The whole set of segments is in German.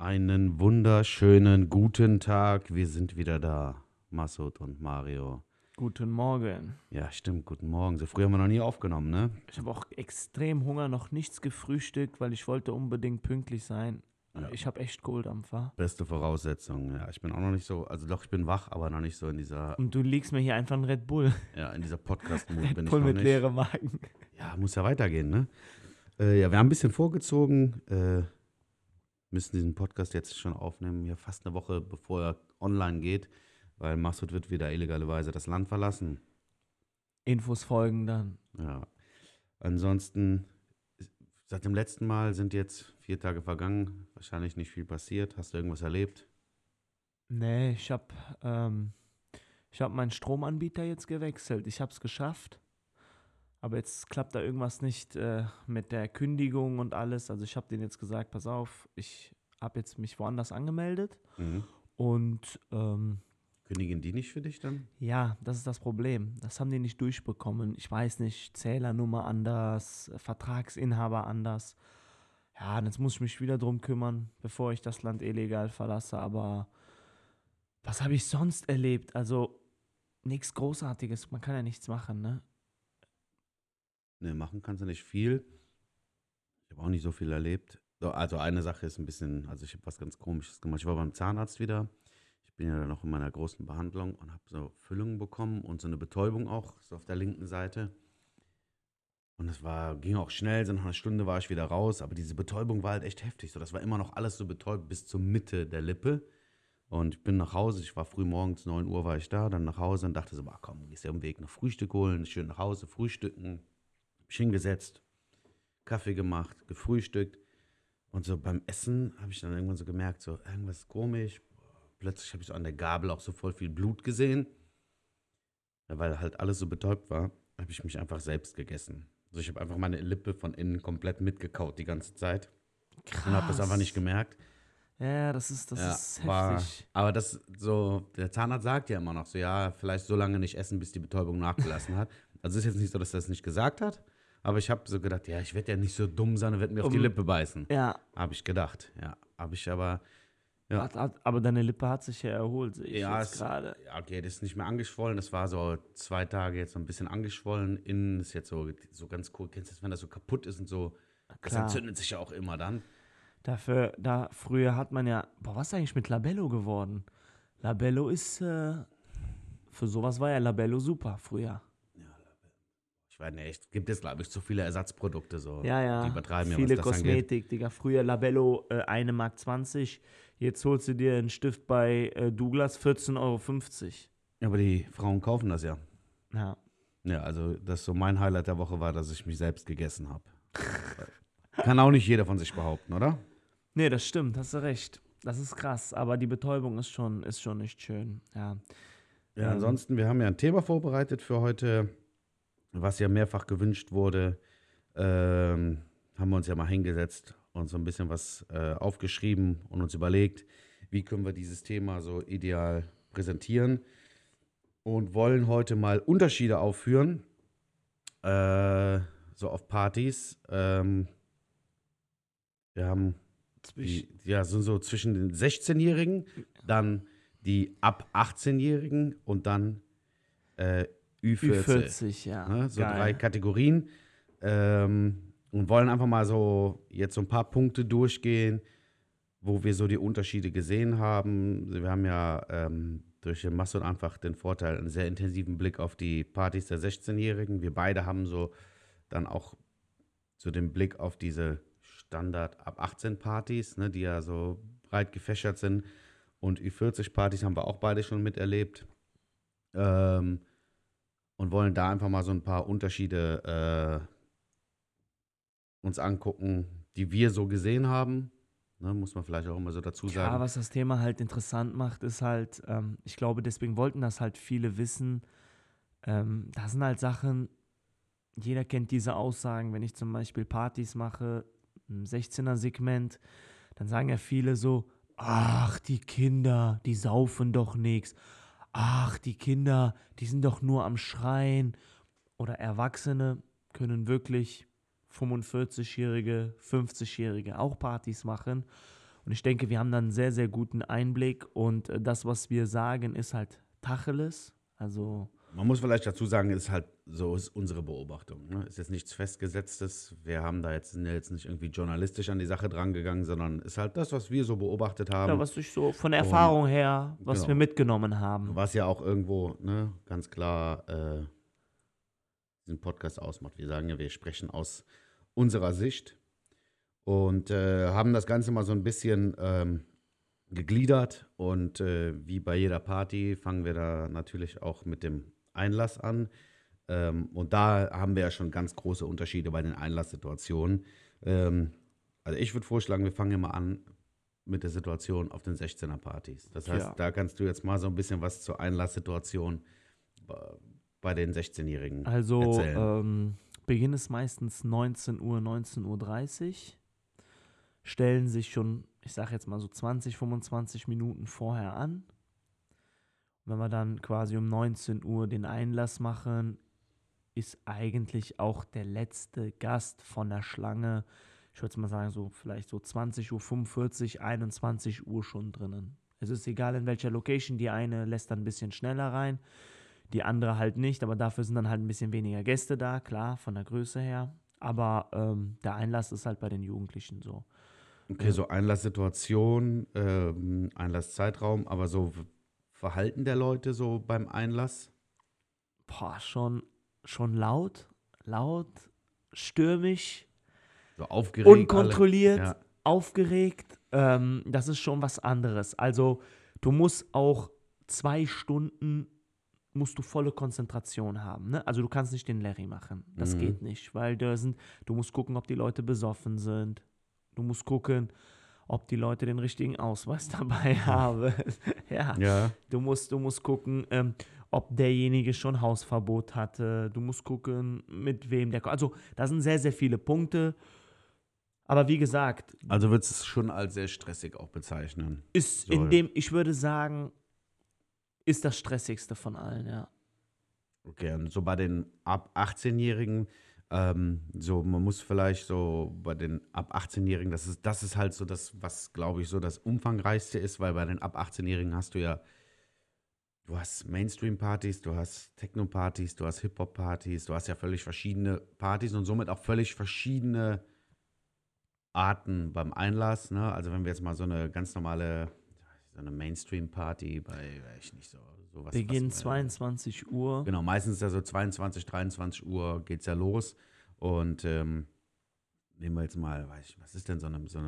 Einen wunderschönen guten Tag. Wir sind wieder da, Masud und Mario. Guten Morgen. Ja, stimmt, guten Morgen. So früh haben wir noch nie aufgenommen, ne? Ich habe auch extrem Hunger, noch nichts gefrühstückt, weil ich wollte unbedingt pünktlich sein. Ja, Ich habe echt Kohldampf, wa? beste Voraussetzung. Ja, ich bin auch noch nicht so, also doch, ich bin wach, aber noch nicht so in dieser, Und du liegst mir hier einfach ein Red Bull. ja, in dieser Podcast-Mut bin Red ich Bull noch mit nicht. leerem Magen. Ja, muss ja weitergehen, ne? Ja, wir haben ein bisschen vorgezogen, müssen diesen Podcast jetzt schon aufnehmen, ja, fast eine Woche bevor er online geht, weil Masud wird wieder illegalerweise das Land verlassen. Infos folgen dann. Ja. Ansonsten, seit dem letzten Mal sind jetzt 4 Tage vergangen. Wahrscheinlich nicht viel passiert. Hast du irgendwas erlebt? Nee, ich hab meinen Stromanbieter jetzt gewechselt. Ich habe es geschafft. Aber jetzt klappt da irgendwas nicht mit der Kündigung und alles. Also ich habe denen jetzt gesagt, pass auf, ich habe jetzt mich woanders angemeldet. Mhm. Und Kündigen die nicht für dich dann? ja, das ist das Problem. Das haben die nicht durchbekommen. Ich weiß nicht, Zählernummer anders, Vertragsinhaber anders. Ja, und jetzt muss ich mich wieder drum kümmern, bevor ich das Land illegal verlasse. Aber was habe ich sonst erlebt? Also nichts Großartiges. Man kann ja nichts machen, ne? Ne, machen kannst du nicht viel. Ich habe auch nicht so viel erlebt. So, also eine Sache ist ein bisschen, also ich habe was ganz Komisches gemacht. Ich war beim Zahnarzt wieder. Ich bin ja dann noch in meiner großen Behandlung und habe so Füllungen bekommen und so eine Betäubung auch, so auf der linken Seite. Und ging auch schnell, so nach einer Stunde war ich wieder raus, aber diese Betäubung war halt echt heftig. So, das war immer noch alles so betäubt bis zur Mitte der Lippe. Und ich bin nach Hause, ich war früh morgens, 9 Uhr war ich da, dann nach Hause und dachte so, komm, gehst ja am Weg noch Frühstück holen, schön nach Hause, frühstücken. Mich hingesetzt, Kaffee gemacht, gefrühstückt. Und so beim Essen habe ich dann irgendwann so gemerkt, so irgendwas ist komisch. Plötzlich habe ich so an der Gabel auch so voll viel Blut gesehen. Ja, weil halt alles so betäubt war, habe ich mich einfach selbst gegessen. Also ich habe einfach meine Lippe von innen komplett mitgekaut die ganze Zeit und habe das einfach nicht Krass. gemerkt. Ja, das Ja, ist heftig. aber das so, der Zahnarzt sagt ja immer noch so, ja, vielleicht so lange nicht essen, bis die Betäubung nachgelassen hat. Also es ist jetzt nicht so, dass er das nicht gesagt hat, aber ich habe so gedacht, ja, ich werde ja nicht so dumm sein und werde mir auf die Um, Lippe beißen. ja, Habe ich gedacht, ja. Habe ich aber, ja, aber deine Lippe hat sich ja erholt, sehe ich ja, jetzt gerade. ja, okay, das ist nicht mehr angeschwollen. Das war so 2 Tage jetzt so ein bisschen angeschwollen. Innen ist jetzt so ganz cool. Kennst du das, wenn das so kaputt ist und so? Das Klar. entzündet sich ja auch immer dann. Früher hat man ja, boah, was ist eigentlich mit Labello geworden? Labello für sowas war ja Labello super früher. Ja, ich weiß nicht, gibt es, glaube ich, zu viele Ersatzprodukte so. Ja, Die ja, übertreiben ja, was viele das angeht. Kosmetik, Digga. Früher Labello 1,20 Mark. Jetzt holst du dir einen Stift bei Douglas 14,50 €. Ja, aber die Frauen kaufen das ja. Ja. Ja, also das so mein Highlight der Woche war, dass ich mich selbst gegessen habe. Kann auch nicht jeder von sich behaupten, oder? Nee, das stimmt, hast du recht. Das ist krass, aber die Betäubung ist schon nicht schön. Ja. Ja, Ähm, ansonsten, wir haben ja ein Thema vorbereitet für heute, was ja mehrfach gewünscht wurde. Haben wir uns ja mal hingesetzt und so ein bisschen was aufgeschrieben und uns überlegt, wie können wir dieses Thema so ideal präsentieren und wollen heute mal Unterschiede aufführen, so auf Partys. Wir haben zwischen so zwischen den 16-Jährigen, dann die ab 18-Jährigen und dann Ü40. Ü40, ja, Ne? So 3 geil. Kategorien. Und wollen einfach mal so jetzt so ein paar Punkte durchgehen, wo wir so die Unterschiede gesehen haben. Wir haben ja durch den Masson einfach den Vorteil, einen sehr intensiven Blick auf die Partys der 16-Jährigen. Wir beide haben so dann auch so den Blick auf diese Standard ab 18 Partys, ne, die ja so breit gefächert sind. Und Ü40 Partys haben wir auch beide schon miterlebt. Ähm, und wollen da einfach mal so ein paar Unterschiede uns angucken, die wir so gesehen haben. Ne, muss man vielleicht auch immer so dazu Ja, sagen. was das Thema halt interessant macht, ist halt, ich glaube, deswegen wollten das halt viele wissen. Da sind halt Sachen, jeder kennt diese Aussagen, wenn ich zum Beispiel Partys mache, im 16er-Segment, dann sagen ja viele so, ach, die Kinder, die saufen doch nichts. Ach, die Kinder, die sind doch nur am Schreien. Oder Erwachsene können wirklich 45-Jährige, 50-Jährige auch Partys machen. Und ich denke, wir haben dann einen sehr, sehr guten Einblick und das, was wir sagen, ist halt Tacheles. Also, Man muss vielleicht dazu sagen, ist halt so ist unsere Beobachtung. Ne? Ist jetzt nichts Festgesetztes. Wir haben da jetzt, sind ja jetzt nicht irgendwie journalistisch an die Sache drangegangen, sondern ist halt das, was wir so beobachtet ja, haben. was ich so von der Und Erfahrung her, was wir genau, mitgenommen haben. was ja auch irgendwo ne, ganz klar diesen Podcast ausmacht. Wir sagen ja, wir sprechen aus unserer Sicht und haben das Ganze mal so ein bisschen gegliedert. Und wie bei jeder Party fangen wir da natürlich auch mit dem Einlass an. Und da haben wir ja schon ganz große Unterschiede bei den Einlasssituationen. Also ich würde vorschlagen, wir fangen immer an mit der Situation auf den 16er-Partys. Das heißt, Ja. da kannst du jetzt mal so ein bisschen was zur Einlasssituation bei den 16-Jährigen Also, erzählen. Beginn ist meistens 19 Uhr, 19:30 Uhr. Stellen sich schon, ich sage jetzt mal so 20, 25 Minuten vorher an. Wenn wir dann quasi um 19 Uhr den Einlass machen, ist eigentlich auch der letzte Gast von der Schlange, ich würde mal sagen, so vielleicht so 20:45 Uhr, 21 Uhr schon drinnen. Es ist egal in welcher Location, die eine lässt dann ein bisschen schneller rein, die andere halt nicht, aber dafür sind dann halt ein bisschen weniger Gäste da, klar, von der Größe her. Aber der Einlass ist halt bei den Jugendlichen so. Okay, so Einlasssituation, Einlasszeitraum, aber so Verhalten der Leute so beim Einlass? Boah, schon laut, stürmisch, So aufgeregt alle? unkontrolliert, Ja. aufgeregt. Das ist schon was anderes. Also du musst auch 2 Stunden, musst du volle Konzentration haben. Ne? Also du kannst nicht den Larry machen. Das Mhm. geht nicht, weil du musst gucken, ob die Leute besoffen sind. Du musst gucken, ob die Leute den richtigen Ausweis dabei haben. Ja, Ja. du musst gucken, ob derjenige schon Hausverbot hatte. Du musst gucken, mit wem der. Also, da sind sehr, sehr viele Punkte. Aber wie gesagt, Also würdest du es schon als sehr stressig auch bezeichnen? ist So, ich würde sagen, ist das stressigste von allen, ja. okay, und so bei den ab 18-Jährigen, so man muss vielleicht so bei den ab 18-Jährigen, das ist halt so das, was glaube ich so das umfangreichste ist, weil bei den ab 18-Jährigen hast du hast Mainstream-Partys, du hast Techno-Partys, du hast Hip-Hop-Partys, du hast ja völlig verschiedene Partys und somit auch völlig verschiedene Arten beim Einlass, ne? Also wenn wir jetzt mal so eine ganz normale, so eine Mainstream-Party bei, weiß ich nicht, sowas, was, Beginn 22 Uhr. genau, meistens ist ja so 22, 23 Uhr geht's ja los und nehmen wir jetzt mal, weiß ich, was ist denn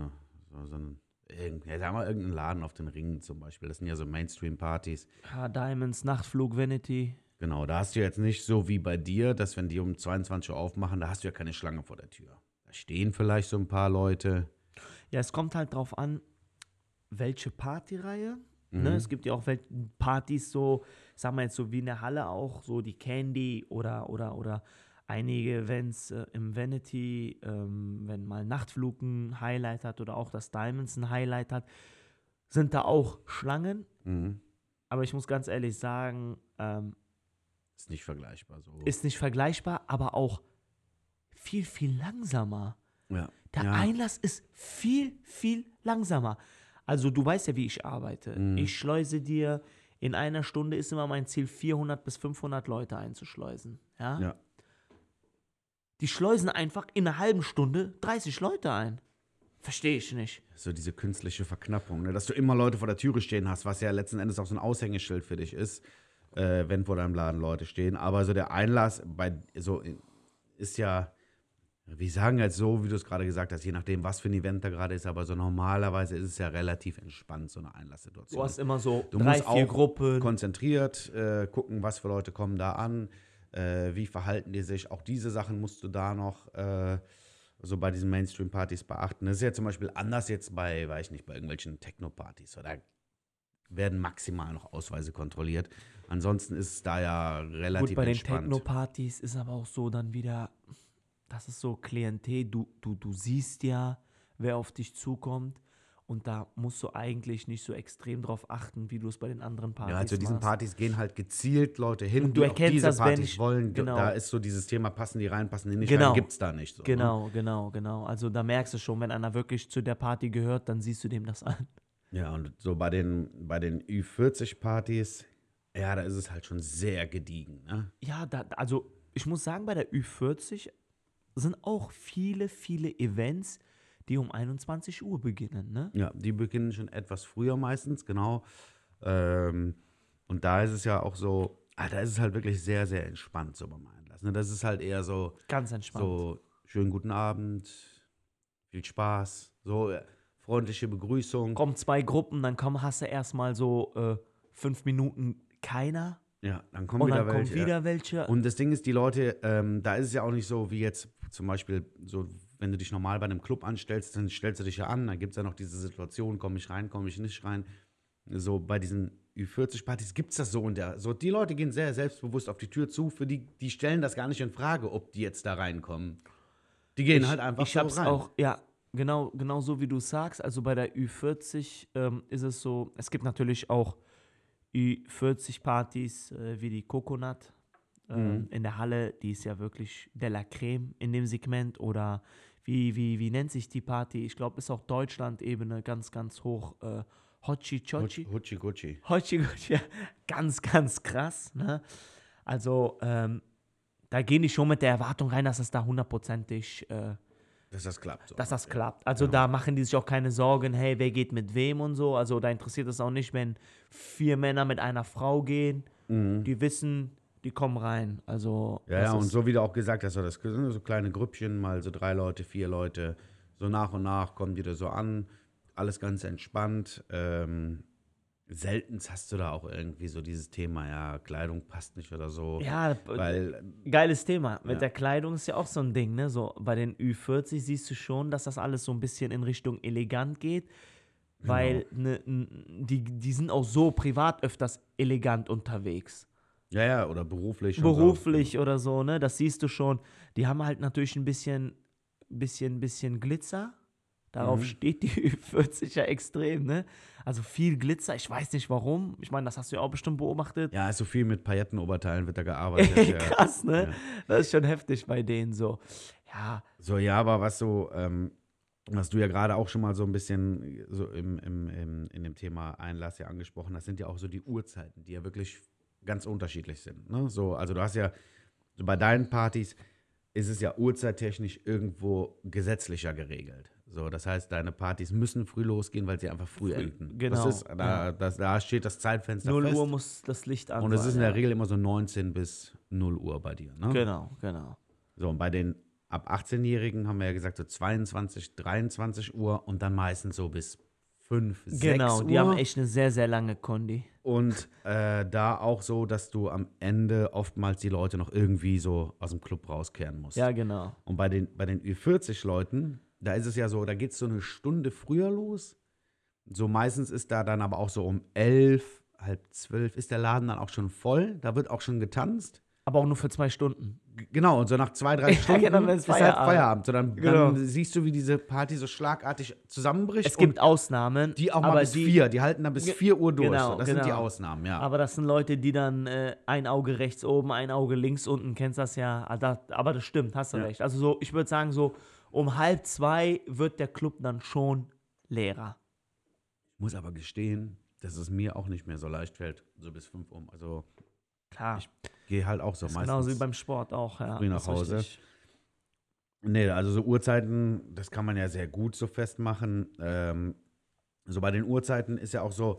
ja, sagen wir irgendeinen Laden auf den Ringen zum Beispiel, das sind ja so Mainstream-Partys. Diamonds, Nachtflug, Vanity. Genau, da hast du jetzt nicht so wie bei dir, dass wenn die um 22 Uhr aufmachen, da hast du ja keine Schlange vor der Tür. Da stehen vielleicht so ein paar Leute. Ja, es kommt halt drauf an, welche Partyreihe. Ne? Mhm. Es gibt ja auch Partys so, sagen wir jetzt so wie in der Halle auch, so die Candy oder einige Events im Vanity, wenn mal Nachtflug ein Highlight hat oder auch das Diamonds ein Highlight hat, sind da auch Schlangen. Mhm. Aber ich muss ganz ehrlich sagen, Ist nicht vergleichbar so. ist nicht vergleichbar, aber auch viel, viel langsamer. Ja. Der Ja. Einlass ist viel, viel langsamer. Also du weißt ja, wie ich arbeite. Mhm. Ich schleuse dir, in einer Stunde ist immer mein Ziel, 400 bis 500 Leute einzuschleusen. Ja? Ja. Die schleusen einfach in einer halben Stunde 30 Leute ein. Verstehe ich nicht. So diese künstliche Verknappung, ne? Dass du immer Leute vor der Türe stehen hast, was ja letzten Endes auch so ein Aushängeschild für dich ist, wenn vor deinem Laden Leute stehen. Aber so der Einlass ist ja, wir sagen jetzt so, wie du es gerade gesagt hast, je nachdem, was für ein Event da gerade ist, aber so normalerweise ist es ja relativ entspannt, so eine Einlasssituation. Du hast immer so Du 3, musst 4 auch Gruppen. konzentriert gucken, was für Leute kommen da an, wie verhalten die sich. Auch diese Sachen musst du da noch so bei diesen Mainstream-Partys beachten. Das ist ja zum Beispiel anders jetzt bei, weiß ich nicht, bei irgendwelchen Techno-Partys. Da werden maximal noch Ausweise kontrolliert. Ansonsten ist es da ja relativ Gut, bei den entspannt. Techno-Partys ist aber auch so dann wieder, das ist so Klientel, du siehst ja, wer auf dich zukommt Und da musst du eigentlich nicht so extrem drauf achten, wie du es bei den anderen Ja, Partys zu diesen machst. Partys gehen halt gezielt Leute hin, Und du die auch erkennst diese das, wenn Partys ich, wollen. Da genau, ist so dieses Thema, passen die rein, passen die nicht rein, genau, gibt's da nicht so, ne? genau. Also da merkst du schon, wenn einer wirklich zu der Party gehört, dann siehst du dem das an. Ja, und so bei den Ü40-Partys, ja, da ist es halt schon sehr gediegen, ne? Ja, also ich muss sagen, bei der Ü40 sind auch viele Events, die um 21 Uhr beginnen, ne? Ja, die beginnen schon etwas früher meistens, genau. Ähm, und da ist es ja auch so, da ist es halt wirklich sehr, sehr entspannt so beim Einlass. Ne? Das ist halt eher so, Ganz entspannt. so schönen guten Abend, viel Spaß, so freundliche Begrüßung. Kommen zwei Gruppen, dann hast du erstmal so 5 Minuten keiner Ja, dann kommen und wieder dann kommen welche. wieder welche. Und das Ding ist, die Leute, da ist es ja auch nicht so wie jetzt zum Beispiel so, wenn du dich normal bei einem Club anstellst, dann stellst du dich ja an, dann gibt es ja noch diese Situation, komme ich rein, komme ich nicht rein. So bei diesen Ü40-Partys gibt es das so und so. Die Leute gehen sehr selbstbewusst auf die Tür zu, für die stellen das gar nicht in Frage, ob die jetzt da reinkommen. Die gehen halt einfach Ich so hab's rein. auch, ja, genau so wie du sagst. Also bei der Ü40 ist es so, es gibt natürlich auch Ü40-Partys wie die Coconut in der Halle, die ist ja wirklich de la Creme in dem Segment. Oder wie nennt sich die Party? Ich glaube, ist auch Deutschland-Ebene ganz hoch. Hochi Chochi. Hutschi Gutschi. Hochi Chochi, ja, ganz krass. Ne? Also da gehen die schon mit der Erwartung rein, dass es da hundertprozentig Dass das klappt. So. dass das klappt. Also da machen die sich auch keine Sorgen, hey, wer geht mit wem und so. Also da interessiert es auch nicht, wenn 4 Männer mit einer Frau gehen. Die wissen, die kommen rein. Also Ja, und so wie du auch gesagt hast, das sind so kleine Grüppchen, mal so 3 Leute, 4 Leute. So nach und nach kommen die da so an. Alles ganz entspannt. Selten hast du da auch irgendwie so dieses Thema, ja, Kleidung passt nicht oder so. ja, Weil, geiles Thema. Mit Ja. der Kleidung ist ja auch so ein Ding, ne? So bei den Ü40 siehst du schon, dass das alles so ein bisschen in Richtung elegant geht. Weil die sind auch so privat öfters elegant unterwegs. ja, oder beruflich. und Beruflich oder so, ne? Das siehst du schon. Die haben halt natürlich ein bisschen Glitzer. Darauf steht die Ü40 ja extrem, ne? Also viel Glitzer. Ich weiß nicht warum. Ich meine, das hast du ja auch bestimmt beobachtet. So. Ja, so viel mit Paillettenoberteilen wird da gearbeitet. Ja. Krass, ne? Ja. Das ist schon heftig bei denen so. Ja, So, ja, aber was du ja gerade auch schon mal so ein bisschen so in dem Thema Einlass ja angesprochen hast, sind ja auch so die Uhrzeiten, die ja wirklich ganz unterschiedlich sind. Ne? So, also du hast ja, so bei deinen Partys ist es ja uhrzeittechnisch irgendwo gesetzlicher geregelt. So, das heißt, deine Partys müssen früh losgehen, weil sie einfach früh enden. genau, Da steht das Zeitfenster 0 fest. Uhr muss das Licht an Und es sein, ist in ja. der Regel immer so 19 bis 0 Uhr bei dir. Ne? Genau. So, und bei den ab 18-Jährigen haben wir ja gesagt, so 22, 23 Uhr und dann meistens so bis 5, 6 Genau, Uhr. die haben echt eine sehr, sehr lange Kondi. Und da auch so, dass du am Ende oftmals die Leute noch irgendwie so aus dem Club rauskehren musst. Ja, genau. Und bei den Ü40-Leuten, da ist es ja so, da geht es so eine Stunde früher los. So meistens ist da dann aber auch so um 11, halb 12 ist der Laden dann auch schon voll. Da wird auch schon getanzt. Aber auch nur für 2 Stunden. Genau, und so nach 2, 3 Stunden genau, dann ist ist halt Feierabend. Feierabend. So dann Genau. siehst du, wie diese Party so schlagartig zusammenbricht. Es gibt und Ausnahmen. die auch mal aber bis 4, die halten dann bis 4 Uhr durch. genau, so. Das sind die genau. Ausnahmen, ja. Aber das sind Leute, die dann ein Auge rechts oben, ein Auge links unten, kennst das ja. Aber das stimmt, hast du Ja. recht. Also so, ich würde sagen, so um 1:30 wird der Club dann schon leerer. Ich muss aber gestehen, dass es mir auch nicht mehr so leicht fällt, so bis 5 Uhr. Also Klar, gehe halt auch so das ist meistens genauso wie beim Sport auch. Ja, früh nach das ist Hause. richtig. Nee, also so Uhrzeiten, das kann man ja sehr gut so festmachen. So bei den Uhrzeiten ist ja auch so,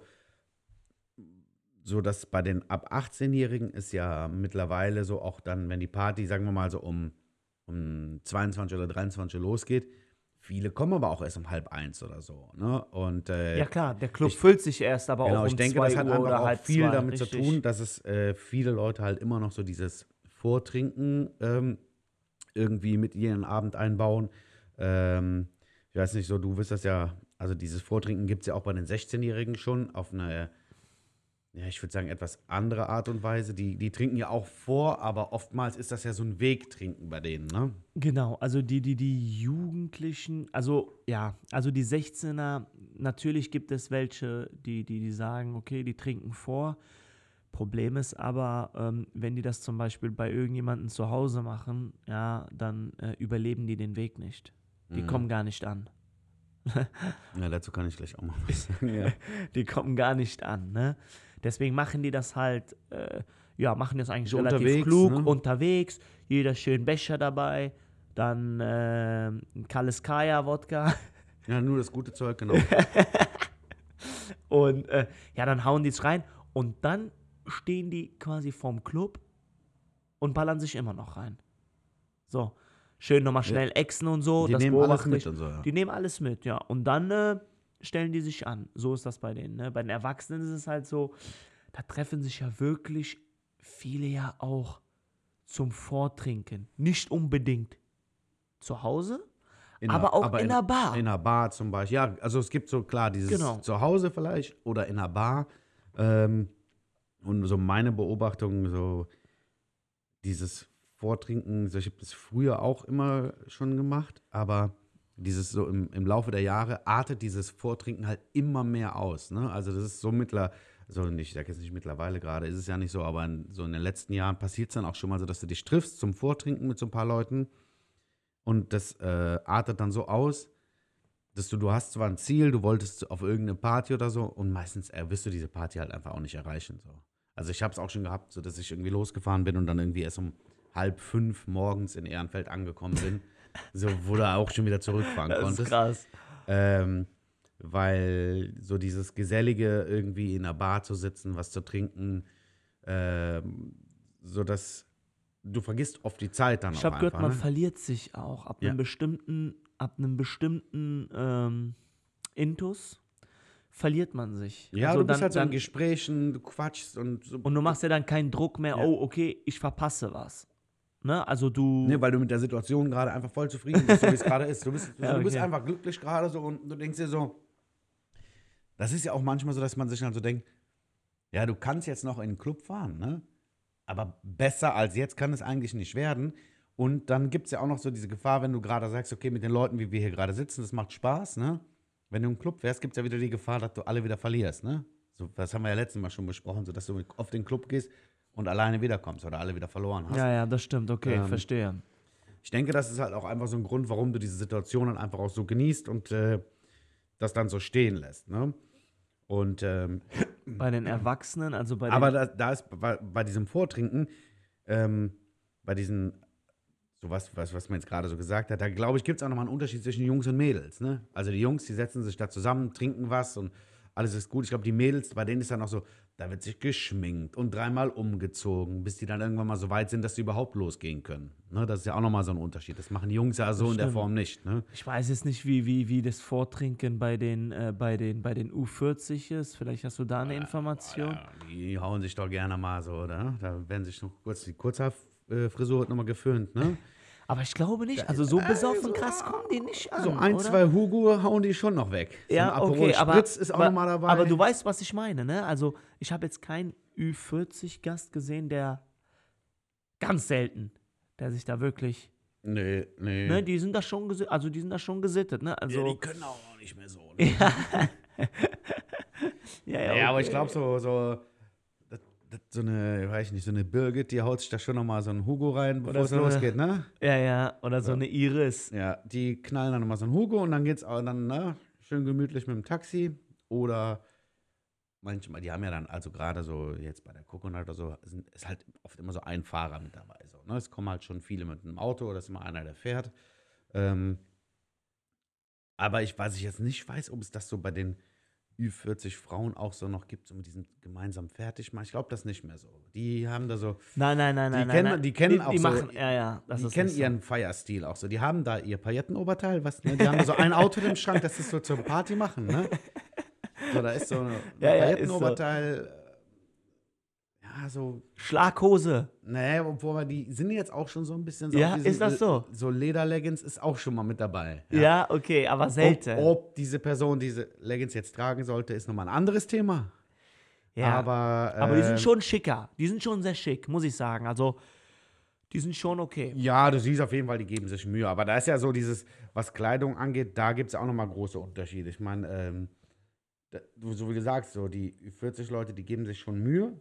dass bei den ab 18-Jährigen ist ja mittlerweile so auch dann, wenn die Party, sagen wir mal so um 22 oder 23 Uhr losgeht, viele kommen aber auch erst um 12:30 oder so. Ne? Und, Ja klar, der Club füllt sich erst, aber genau, auch um ich denke, 2 das hat Uhr einfach oder auch halb viel 2, damit zu richtig. tun, dass es viele Leute halt immer noch so dieses Vortrinken irgendwie mit ihren Abend einbauen. Ich weiß nicht so, du wirst das ja, also dieses Vortrinken gibt es ja auch bei den 16-Jährigen schon auf eine ja, ich würde sagen, etwas andere Art und Weise. Die trinken ja auch vor, aber oftmals ist das ja so ein Wegtrinken bei denen, ne? Genau, also die Jugendlichen, also ja, also die 16er, natürlich gibt es welche, die sagen, okay, die trinken vor. Problem ist aber, wenn die das zum Beispiel bei irgendjemandem zu Hause machen, ja, dann überleben die den Weg nicht. Die Mhm. kommen gar nicht an. Ja, dazu kann ich gleich auch mal was sagen, ja. Die kommen gar nicht an, ne? Deswegen machen die das halt, ja, machen das eigentlich So relativ unterwegs, klug, ne? unterwegs, jeder schön Becher dabei, dann ein Kaliskaya-Wodka Ja, nur das gute Zeug, genau. und ja, dann hauen die es rein und dann stehen die quasi vorm Club und ballern sich immer noch rein. So, schön nochmal Ja, schnell exen und so, die das nehmen alles beobachte mit ich. und so, ja. Die nehmen alles mit, ja. Und dann stellen die sich an. So ist das bei denen. Ne? Bei den Erwachsenen ist es halt so, da treffen sich ja wirklich viele ja auch zum Vortrinken. Nicht unbedingt zu Hause, aber auch Aber in der Bar. in einer Bar zum Beispiel. Ja, also es gibt so, klar, dieses Genau. Zuhause vielleicht oder in einer Bar. Ähm, und so meine Beobachtung, so dieses Vortrinken, so ich habe das früher auch immer schon gemacht, aber dieses so im Laufe der Jahre artet dieses Vortrinken halt immer mehr aus. Ne? Also das ist so so nicht, ich sage jetzt nicht mittlerweile gerade, ist es ja nicht so, aber so in den letzten Jahren passiert es dann auch schon mal so, dass du dich triffst zum Vortrinken mit so ein paar Leuten und das artet dann so aus, dass du hast zwar ein Ziel, du wolltest auf irgendeine Party oder so und meistens wirst du diese Party halt einfach auch nicht erreichen. So. Also ich habe es auch schon gehabt, so dass ich irgendwie losgefahren bin und dann irgendwie erst um 4:30 morgens in Ehrenfeld angekommen bin, so wo du auch schon wieder zurückfahren Das ist konntest. krass. Ähm, weil so dieses Gesellige irgendwie in einer Bar zu sitzen, was zu trinken, so dass du vergisst oft die Zeit dann Ich auch habe gehört, einfach, man ne? verliert sich auch Ja. ab einem bestimmten Intus verliert man sich. Ja, Also du bist halt so in dann Gesprächen, du quatschst und so. und du machst ja dann keinen Druck mehr, Ja. oh, okay, ich verpasse was. Ne? Also Ne, du. weil du mit der Situation gerade einfach voll zufrieden bist, so wie es gerade ist. Ja, Du bist okay. einfach glücklich gerade so und du denkst dir so, das ist ja auch manchmal so, dass man sich dann so denkt, ja, du kannst jetzt noch in den Club fahren, ne? Aber besser als jetzt kann es eigentlich nicht werden. Und dann gibt es ja auch noch so diese Gefahr, wenn du gerade sagst, okay, mit den Leuten, wie wir hier gerade sitzen, das macht Spaß, ne? Wenn du im Club wärst, gibt es ja wieder die Gefahr, dass du alle wieder verlierst, ne? So, das haben wir ja letztes Mal schon besprochen, so dass du auf den Club gehst und alleine wiederkommst oder alle wieder verloren hast. Ja, ja, das stimmt, okay, Ähm, verstehe. Ich denke, das ist halt auch einfach so ein Grund, warum du diese Situation dann einfach auch so genießt und das dann so stehen lässt, ne? Und Bei den Erwachsenen, also bei aber den. da ist bei diesem Vortrinken, ähm, bei diesen, was man jetzt gerade so gesagt hat, da glaube ich, gibt es auch nochmal einen Unterschied zwischen Jungs und Mädels. Ne? Also die Jungs, die setzen sich da zusammen, trinken was und alles ist gut. Ich glaube, die Mädels, bei denen ist dann auch so, da wird sich geschminkt und dreimal umgezogen, bis die dann irgendwann mal so weit sind, dass sie überhaupt losgehen können. Ne? Das ist ja auch nochmal so ein Unterschied. Das machen die Jungs ja so Das in der stimmt. Form nicht. Ne? Ich weiß jetzt nicht, wie das Vortrinken bei den U40 ist. Vielleicht hast du da eine Information. Ja, die hauen sich doch gerne mal so, oder? Da werden sich noch kurz die Kurzhaarfrisur wird nochmal geföhnt, ne? Aber ich glaube nicht. Also so besoffen krass kommen die nicht an, So ein, oder? zwei Hugo hauen die schon noch weg. So ein Ja, Aperol okay, Spritz ist auch nochmal dabei. aber du weißt, was ich meine, ne? Also ich habe jetzt keinen Ü40-Gast gesehen, der ganz selten, der sich da wirklich, Nee, nee. ne? Die sind da schon also die sind da schon gesittet, ne? Ja, Also die können auch nicht mehr so. Ne? ja, Ja, aber ich okay. glaube so eine, weiß ich nicht, so eine Birgit, die haut sich da schon nochmal so einen Hugo rein, bevor Oder es so eine- losgeht, ne? Ja, oder so Ja. eine Iris. Ja, die knallen dann nochmal so einen Hugo und dann geht's auch dann, ne, schön gemütlich mit dem Taxi oder manchmal, die haben ja dann, also gerade so jetzt bei der Coconut oder so, ist halt oft immer so ein Fahrer mit dabei. So, ne? Es kommen halt schon viele mit einem Auto oder ist immer einer, der fährt. Aber was ich jetzt nicht weiß, ob es das so bei den Ü40 Frauen auch so noch gibt, so mit diesem gemeinsam fertig machen. Ich glaube das nicht mehr so. Die haben da so, Nein. die kennen auch die so, machen, ja, das die ist kennen nicht so. ihren Feierstil auch so. Die haben da ihr Paillettenoberteil, ne? Die haben da so ein Outfit im Schrank, das ist so zur Party machen, ne? So, da ist so ein Ja, ist so. Paillettenoberteil, ja, so, Schlaghose. ne, obwohl die sind jetzt auch schon so ein bisschen so Ja, auf diesem, ist das so? So Lederleggings ist auch schon mal mit dabei. Ja, okay, aber selten. Ob diese Person diese Leggings jetzt tragen sollte, ist nochmal ein anderes Thema. Ja. Aber, Aber die sind schon schicker. Die sind schon sehr schick, muss ich sagen. Also, die sind schon okay. ja, du siehst auf jeden Fall, die geben sich Mühe. Aber da ist ja so dieses, was Kleidung angeht, da gibt es auch nochmal große Unterschiede. Ich meine, so wie du sagst, so die 40 Leute, die geben sich schon Mühe.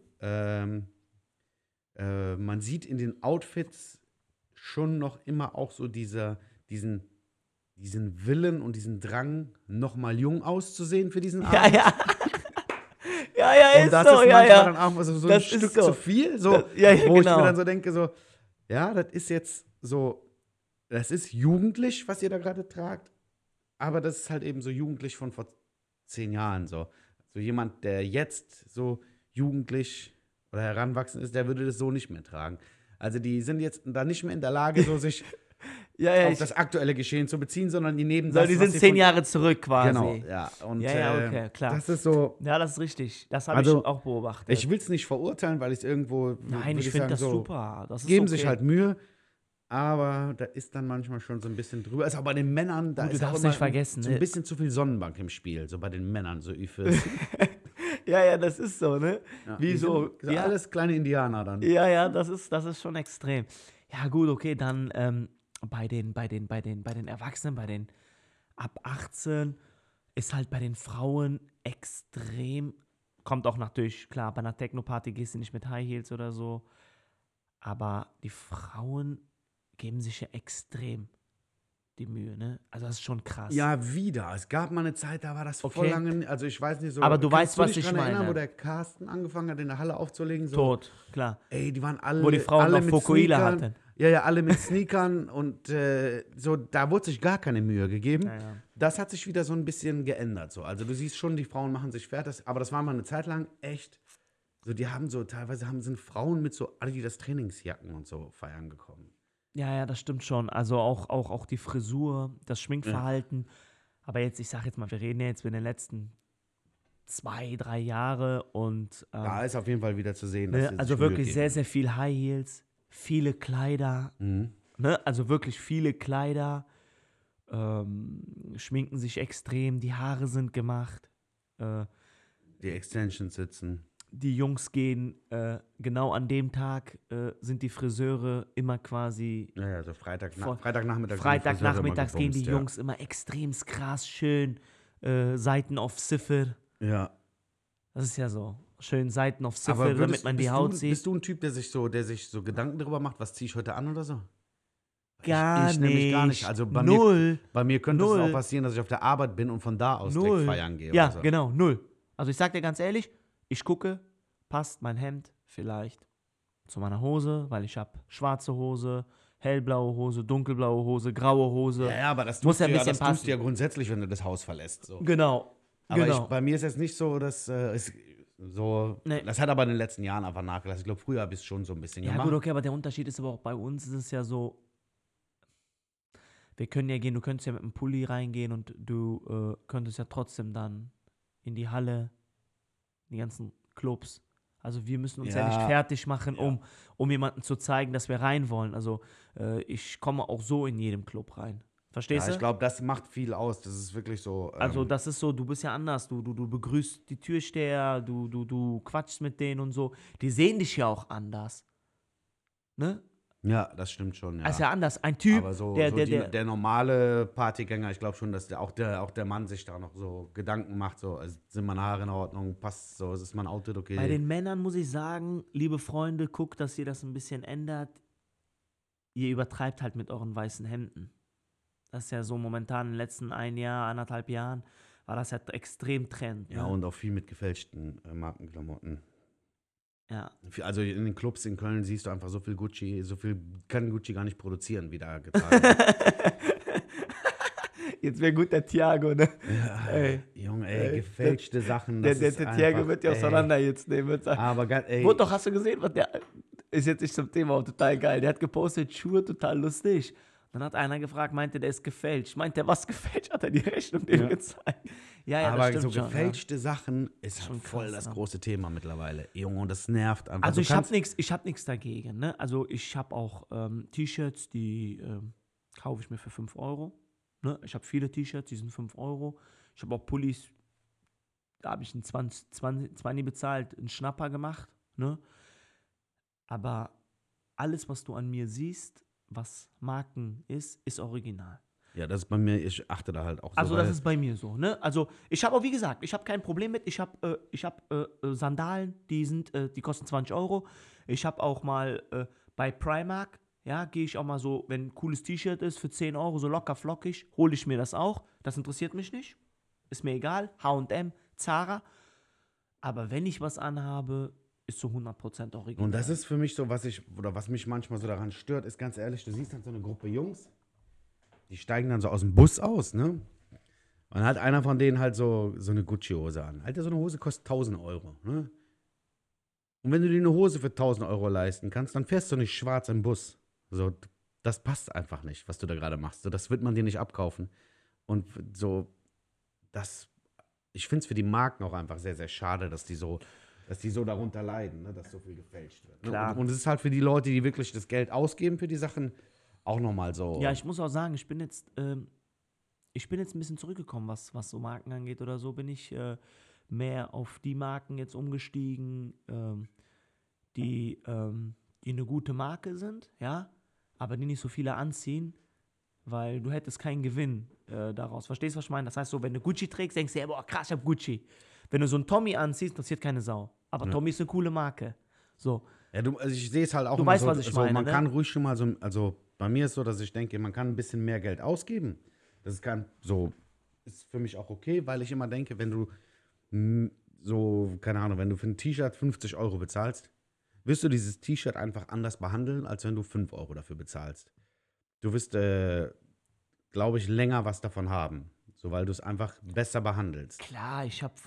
Man sieht in den Outfits schon noch immer auch so diesen Willen und diesen Drang, nochmal jung auszusehen für diesen Ja, Abend. ja. Ja, ja, Und ist das so, ist ja, manchmal ja. dann auch mal so ein Das ist Stück so. zu viel, so, Ja, ja, wo ich genau. mir dann so denke, so, ja, das ist jetzt so, das ist jugendlich, was ihr da gerade tragt, aber das ist halt eben so jugendlich von vor 10 Jahren, so. So jemand, der jetzt so jugendlich oder heranwachsend ist, der würde das so nicht mehr tragen. Also die sind jetzt da nicht mehr in der Lage, so sich Ja, ja, auf das aktuelle Geschehen zu beziehen, sondern die nehmen so, das, die was sind sie 10 von, Jahre zurück quasi. genau, ja. Und Ja, ja, okay, klar. das ist so, Ja, das ist richtig. Das habe Also, ich auch beobachtet. ich will es nicht verurteilen, weil ich es irgendwo, Nein, würde ich finde sagen, das so, super. Das ist geben okay. sich halt Mühe, aber da ist dann manchmal schon so ein bisschen drüber. Also auch bei den Männern, da Gut, du ist auch darfst immer nicht vergessen, so ein ne? bisschen zu viel Sonnenbank im Spiel, so bei den Männern, so Ü40. Ja, ja, das ist so, ne? Ja, Wie die so, sind ja, alles kleine Indianer dann. ja, ja, das ist schon extrem. Ja, gut, okay, dann bei den Erwachsenen, bei den ab 18 ist halt bei den Frauen extrem, kommt auch natürlich, klar, bei einer Techno-Party gehst du nicht mit High Heels oder so, aber die Frauen geben sich ja extrem die Mühe, ne? Also das ist schon krass. Ja, wieder. Es gab mal eine Zeit, da war das voll Okay. lange, also ich weiß nicht so. Aber du kannst weißt, was dich ich dran erinnern, meine. wo der Carsten angefangen hat, in der Halle aufzulegen? So, Tot, klar. ey, die waren alle, Wo die Frauen alle noch mit Fokuhila Sneakern. hatten. Ja, alle mit Sneakern und so, da wurde sich gar keine Mühe gegeben. Ja, ja. Das hat sich wieder so ein bisschen geändert. So. Also du siehst schon, die Frauen machen sich fertig, aber das war mal eine Zeit lang echt, so die haben so, teilweise sind Frauen mit so Adidas Trainingsjacken und so feiern gekommen. Ja, ja, das stimmt schon. Also auch die Frisur, das Schminkverhalten. Aber jetzt, ich sag jetzt mal, wir reden ja jetzt über den letzten 2, 3 Jahre und Da ist auf jeden Fall wieder zu sehen, dass sie sich also Mühe wirklich geben. sehr, sehr viel High Heels, viele Kleider, ne? Also wirklich viele Kleider, schminken sich extrem, die Haare sind gemacht. Die Extensions sitzen. Die Jungs gehen genau an dem Tag, sind die Friseure immer quasi. Ja, so Freitagnachmittag. Freitagnachmittags gehen die Jungs immer extrem krass schön Seiten auf Ziffer. Ja. Das ist ja so. Schön Seiten auf Ziffer, Aber damit man die Haut sieht. Bist du ein Typ, der sich so Gedanken darüber macht, was ziehe ich heute an oder so? Gar nämlich gar nicht. nicht. Also Null. bei mir könnte es Null. auch passieren, dass ich auf der Arbeit bin und von da aus direkt Null. feiern gehe. Ja, oder so. genau, null. Also ich sag dir ganz ehrlich, ich gucke, passt mein Hemd vielleicht zu meiner Hose, weil ich habe schwarze Hose, hellblaue Hose, dunkelblaue Hose, graue Hose. Ja, aber das Muss tust ja ein du bisschen das tust passen. du ja grundsätzlich, wenn du das Haus verlässt. So. Genau. Aber genau. bei mir ist es nicht so, dass so. Nee. Das hat aber in den letzten Jahren einfach nachgelassen. Ich glaube, früher habe ich es schon so ein bisschen Ja, gemacht. gut, okay, aber der Unterschied ist aber auch bei uns ist es ja so, wir können ja gehen, du könntest ja mit einem Pulli reingehen und du könntest ja trotzdem dann in die Halle, die ganzen Clubs. Also wir müssen uns ja nicht Ja. fertig machen, Ja. um jemandem zu zeigen, dass wir rein wollen. Also ich komme auch so in jedem Club rein. Verstehst Ja, du? ich glaube, das macht viel aus. Das ist wirklich so. Also das ist so, du bist ja anders, du begrüßt die Türsteher, du quatschst mit denen und so. Die sehen dich ja auch anders. Ne? Ja, das stimmt schon. Ja. Also ja anders. Ein Typ, Aber der der normale Partygänger, ich glaube schon, dass auch der Mann sich da noch so Gedanken macht, so, also, sind meine Haare in Ordnung, passt so, ist mein Outfit okay? Bei den Männern muss ich sagen, liebe Freunde, guckt, dass ihr das ein bisschen ändert. Ihr übertreibt halt mit euren weißen Hemden. Das ist ja so momentan in den letzten 1,5 Jahren, war das ja extrem Trend. Ne? Ja, und auch viel mit gefälschten Markenklamotten. Ja. Also in den Clubs in Köln siehst du einfach so viel Gucci, so viel kann Gucci gar nicht produzieren, wie da getragen wird. Jetzt wäre gut der Thiago, ne? Ja, Ey. Junge, Ey, gefälschte Sachen. Der Das ist Thiago einfach, wird ja auseinander jetzt nehmen. Wird sagen, Aber ey, Wo, doch, hast du gesehen, was der ist jetzt nicht zum Thema, aber total geil. Der hat gepostet, Schuhe, total lustig. Dann hat einer gefragt, meinte, der ist gefälscht. Meint der, was gefälscht? Hat er die Rechnung dem gezeigt. Ja, aber das so stimmt schon. gefälschte Sachen ist Schon halt voll krass, das ja. große Thema mittlerweile. Junge, und das nervt einfach. Also Du ich habe kannst- nichts dagegen. Ne? Also ich habe auch T-Shirts, die kaufe ich mir für 5 Euro. Ne? Ich habe viele T-Shirts, die sind 5 Euro. Ich habe auch Pullis, da habe ich einen 20 bezahlt, einen Schnapper gemacht, ne? Aber alles, was du an mir siehst, was Marken ist original. Ja, das ist bei mir, ich achte da halt auch so, Also das weil, ist bei mir so, ne? Also ich habe auch, wie gesagt, ich habe kein Problem mit. Ich habe Sandalen, die kosten 20 Euro. Ich habe auch mal bei Primark, ja, gehe ich auch mal so, wenn ein cooles T-Shirt ist für 10 Euro, so locker flockig, hole ich mir das auch. Das interessiert mich nicht. Ist mir egal. H&M, Zara. Aber wenn ich was anhabe, ist zu 100% und das original. ist für mich so, was mich manchmal so daran stört, ist ganz ehrlich, du siehst halt so eine Gruppe Jungs, die steigen dann so aus dem Bus aus, ne? Und dann hat einer von denen halt so eine Gucci-Hose an. Alter, so eine Hose kostet 1.000 Euro, ne? Und wenn du dir eine Hose für 1.000 Euro leisten kannst, dann fährst du nicht schwarz im Bus. So, das passt einfach nicht, was du da gerade machst. So, das wird man dir nicht abkaufen. Und so, das, ich finde es für die Marken auch einfach sehr, sehr schade, dass die so darunter leiden, ne, dass so viel gefälscht wird. Ne? Und, Klar. und es ist halt für die Leute, die wirklich das Geld ausgeben für die Sachen, auch nochmal Ja, so. ich muss auch sagen, ich bin jetzt ein bisschen zurückgekommen, was so Marken angeht oder so, bin ich mehr auf die Marken jetzt umgestiegen, die eine gute Marke sind, ja, aber die nicht so viele anziehen, weil du hättest keinen Gewinn daraus. Verstehst du, was ich meine? Das heißt so, wenn du Gucci trägst, denkst du, ja, boah, krass, ich hab Gucci. Wenn du so einen Tommy anziehst, interessiert keine Sau. Aber Ja. Tommy ist eine coole Marke. So, Ja, also ich sehe es halt auch du immer weißt, so, was ich meine, man ne? kann ruhig schon mal so, also bei mir ist so, dass ich denke, man kann ein bisschen mehr Geld ausgeben. Das ist für mich auch okay, weil ich immer denke, wenn du so, keine Ahnung, wenn du für ein T-Shirt 50 Euro bezahlst, wirst du dieses T-Shirt einfach anders behandeln, als wenn du 5 Euro dafür bezahlst. Du wirst, glaube ich, länger was davon haben, so weil du es einfach besser behandelst. Klar, ich habe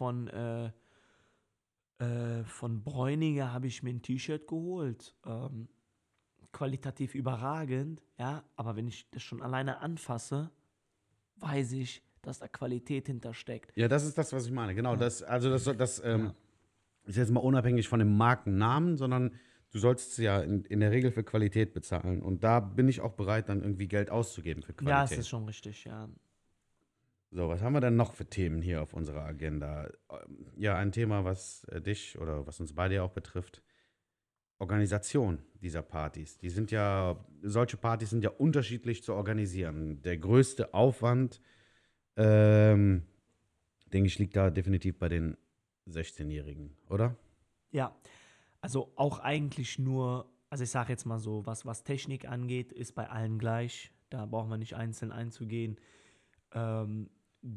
von Bräuninger habe ich mir ein T-Shirt geholt. Qualitativ überragend, ja, aber wenn ich das schon alleine anfasse, weiß ich, dass da Qualität hintersteckt. Ja, das ist das, was ich meine. Genau, Ja, das ja. ist jetzt mal unabhängig von dem Markennamen, sondern du sollst ja in der Regel für Qualität bezahlen. Und da bin ich auch bereit, dann irgendwie Geld auszugeben für Ja, es ist Qualität. schon richtig, ja. So, was haben wir denn noch für Themen hier auf unserer Agenda? Ja, ein Thema, was dich oder was uns beide ja auch betrifft. Organisation dieser Partys. Solche Partys sind ja unterschiedlich zu organisieren. Der größte Aufwand, ähm, denke ich, liegt da definitiv bei den 16-Jährigen, oder? Ja, also auch eigentlich nur, also ich sage jetzt mal so, was Technik angeht, ist bei allen gleich. Da brauchen wir nicht einzeln einzugehen. Ähm,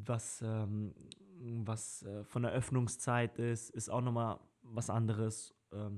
was von der Öffnungszeit ist auch nochmal was anderes.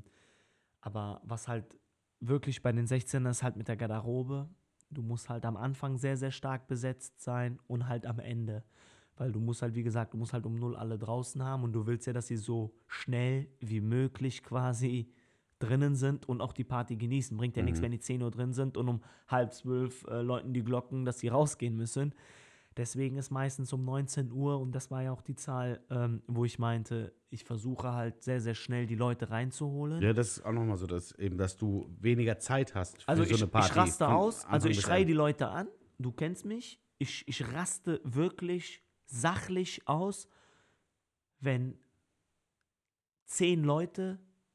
Aber was halt wirklich bei den 16ern ist halt mit der Garderobe. Du musst halt am Anfang sehr, sehr stark besetzt sein und halt am Ende. Weil du musst halt, wie gesagt, du musst halt um 0 alle draußen haben und du willst ja, dass sie so schnell wie möglich quasi drinnen sind und auch die Party genießen. Bringt ja nichts, Mhm. wenn die 10 Uhr drin sind und um halb 12 läuten die Glocken, dass sie rausgehen müssen. Deswegen ist meistens um 19 Uhr, und das war ja auch die Zahl, wo ich meinte, ich versuche halt sehr, sehr schnell die Leute reinzuholen. Ja, das ist auch nochmal so, dass du weniger Zeit hast Also für so eine ich Party raste von aus, also Anfang ich bis schreie Ende. die Leute an, du kennst mich, ich raste wirklich sachlich aus, wenn 10 Leute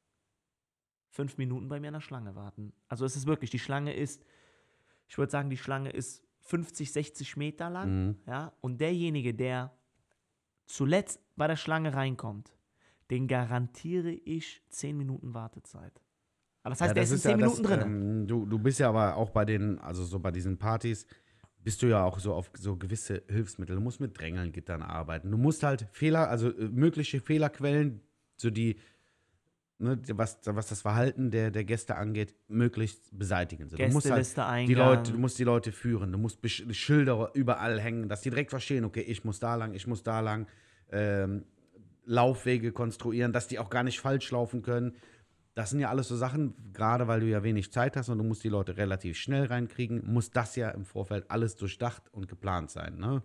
5 Minuten bei mir in der Schlange warten. Also es ist wirklich, ich würde sagen, die Schlange ist 50, 60 Meter lang, Mhm. ja, und derjenige, der zuletzt bei der Schlange reinkommt, den garantiere ich 10 Minuten Wartezeit. Aber das Ja, heißt, der das ist in ist 10 ja das, Minuten drinne. du bist ja aber auch also so bei diesen Partys, bist du ja auch so auf so gewisse Hilfsmittel. Du musst mit Drängelgittern arbeiten. Du musst halt also mögliche Fehlerquellen, so die, ne, was das Verhalten der Gäste angeht, möglichst beseitigen. So, du musst halt Gästeliste, du Eingang. musst die Leute führen. Du musst Schilder überall hängen, dass die direkt verstehen, okay, ich muss da lang, ich muss da lang. Ähm, Laufwege konstruieren, dass die auch gar nicht falsch laufen können. Das sind ja alles so Sachen, gerade weil du ja wenig Zeit hast und du musst die Leute relativ schnell reinkriegen, muss das ja im Vorfeld alles durchdacht und geplant sein. Ne?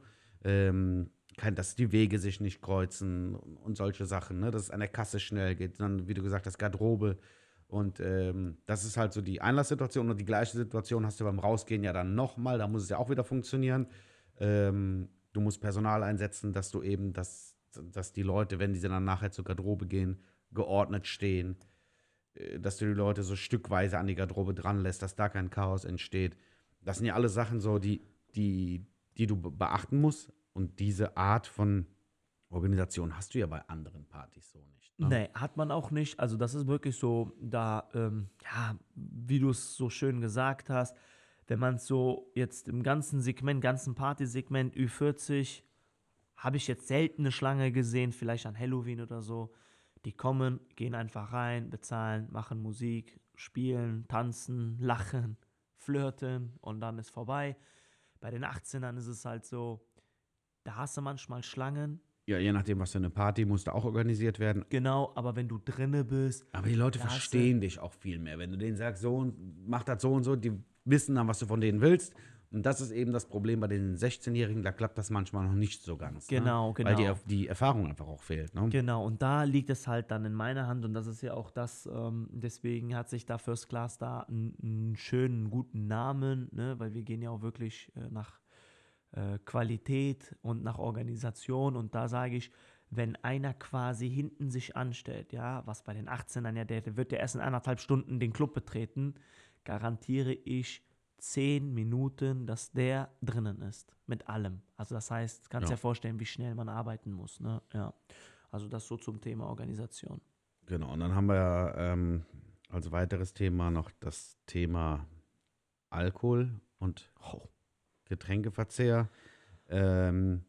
Dass die Wege sich nicht kreuzen und solche Sachen, ne? Dass es an der Kasse schnell geht, dann, wie du gesagt hast, Garderobe. Und das ist halt so die Einlasssituation und die gleiche Situation hast du beim Rausgehen ja dann nochmal, da muss es ja auch wieder funktionieren. Du musst Personal einsetzen, dass du eben dass die Leute, wenn sie dann nachher zur Garderobe gehen, geordnet stehen, dass du die Leute so stückweise an die Garderobe dran lässt, dass da kein Chaos entsteht. Das sind ja alles Sachen so, die du beachten musst. Und diese Art von Organisation hast du ja bei anderen Partys so nicht. Ne? Nee, hat man auch nicht. Also das ist wirklich so, da, ja, wie du es so schön gesagt hast, wenn man es so jetzt im ganzen Partysegment Ü40, habe ich jetzt selten eine Schlange gesehen, vielleicht an Halloween oder so. Die kommen, gehen einfach rein, bezahlen, machen Musik, spielen, tanzen, lachen, flirten und dann ist vorbei. Bei den 18ern ist es halt so, da hast du manchmal Schlangen, Ja, je nachdem, was für eine Party musste auch organisiert werden. genau, aber wenn du drinne bist, Aber die Leute da hast verstehen dich auch viel mehr. Wenn du denen sagst, so und mach das so und so, die wissen dann, was du von denen willst. Und das ist eben das Problem bei den 16-Jährigen, da klappt das manchmal noch nicht so ganz. genau, Weil genau. die Erfahrung einfach auch fehlt. Ne? Genau, und da liegt es halt dann in meiner Hand und das ist ja auch das, deswegen hat sich da First Class da einen schönen, guten Namen, ne, weil wir gehen ja auch wirklich nach Qualität und nach Organisation und da sage ich, wenn einer quasi hinten sich anstellt, ja, was bei den 18ern ja, der wird ja erst in 1,5 Stunden den Club betreten, garantiere ich 10 Minuten, dass der drinnen ist, mit allem. Also das heißt, kannst dir Ja. vorstellen, wie schnell man arbeiten muss, ne, ja. Also das so zum Thema Organisation. Genau, und dann haben wir als weiteres Thema noch das Thema Alkohol und Oh, Getränkeverzehr. Ähm,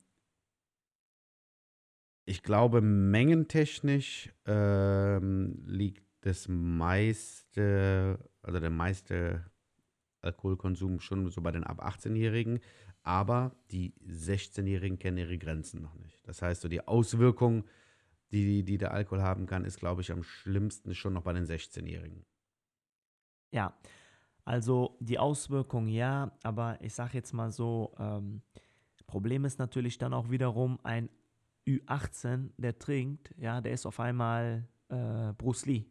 Ich glaube, mengentechnisch liegt also der meiste Alkoholkonsum schon so bei den ab 18-Jährigen, aber die 16-Jährigen kennen ihre Grenzen noch nicht. Das heißt, so die Auswirkung, die der Alkohol haben kann, ist, glaube ich, am schlimmsten schon noch bei den 16-Jährigen. ja, also die Auswirkung ja, aber ich sage jetzt mal so, Problem ist natürlich dann auch wiederum ein Ü18, der trinkt, ja, der ist auf einmal Bruce Lee.